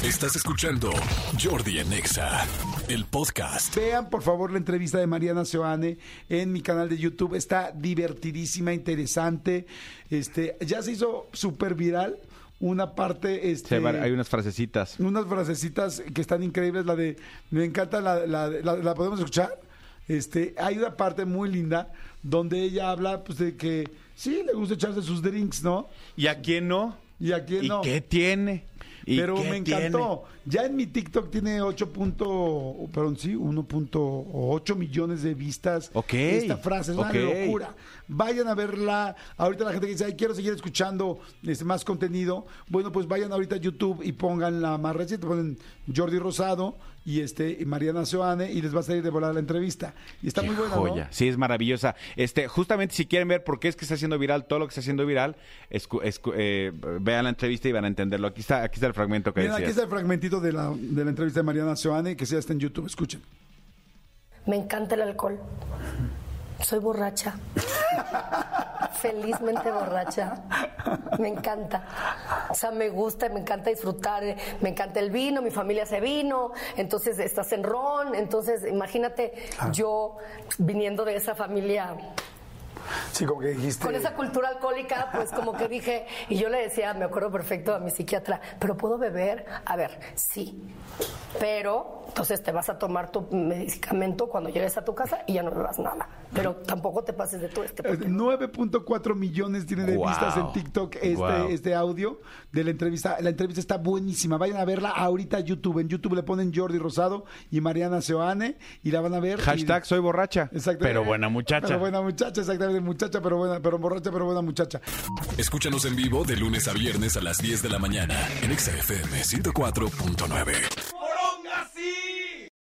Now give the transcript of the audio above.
Estás escuchando Jordi en Exa, el podcast. Vean, por favor, la entrevista de Mariana Seoane en mi canal de YouTube. Está divertidísima, interesante. Ya se hizo súper viral una parte... hay unas frasecitas. Unas frasecitas que están increíbles. La de... Me encanta, ¿la podemos escuchar? Hay una parte muy linda donde ella habla pues de que sí, le gusta echarse sus drinks, ¿no? ¿Y a quién no? ¿Y a quién no? ¿Y qué tiene? Pero me encantó. Ya en mi TikTok tiene 1.8 millones de vistas. Ok. Esta frase es una locura. Vayan a verla. Ahorita la gente que dice, ay, quiero seguir escuchando más contenido. Bueno, pues vayan ahorita a YouTube y pongan la más reciente. Ponen Jordi Rosado y Mariana Seoane y les va a salir de volada la entrevista. Y está muy buena, joya. ¿no? Sí, es maravillosa. Justamente si quieren ver por qué es que está haciendo viral todo lo que está haciendo viral, vean la entrevista y van a entenderlo. Aquí está el fragmento que Miren, decías. aquí está el fragmentito de la entrevista de Mariana Seoane, que ya está en YouTube. Escuchen. Me encanta el alcohol. Soy borracha. Felizmente borracha. Me encanta. O sea, me gusta, me encanta disfrutar. Me encanta el vino, mi familia hace vino. Entonces estás en ron. Entonces, imagínate yo viniendo de esa familia... Sí, como que dijiste... Con esa cultura alcohólica, pues como que dije... Y yo le decía, me acuerdo perfecto a mi psiquiatra, ¿pero puedo beber? A ver, sí. Pero, entonces te vas a tomar tu medicamento cuando llegues a tu casa y ya no bebas nada. Pero tampoco te pases de todo 9.4 millones tiene de vistas en TikTok este audio de la entrevista. La entrevista está buenísima. Vayan a verla ahorita a YouTube. En YouTube le ponen Jordi Rosado y Mariana Seoane y la van a ver. Hashtag soy borracha. Exactamente. Pero buena muchacha. Pero buena muchacha, exactamente. Muchacha, pero borracha, pero buena muchacha. Escúchanos en vivo de lunes a viernes a las 10 de la mañana en Exa FM 104.9.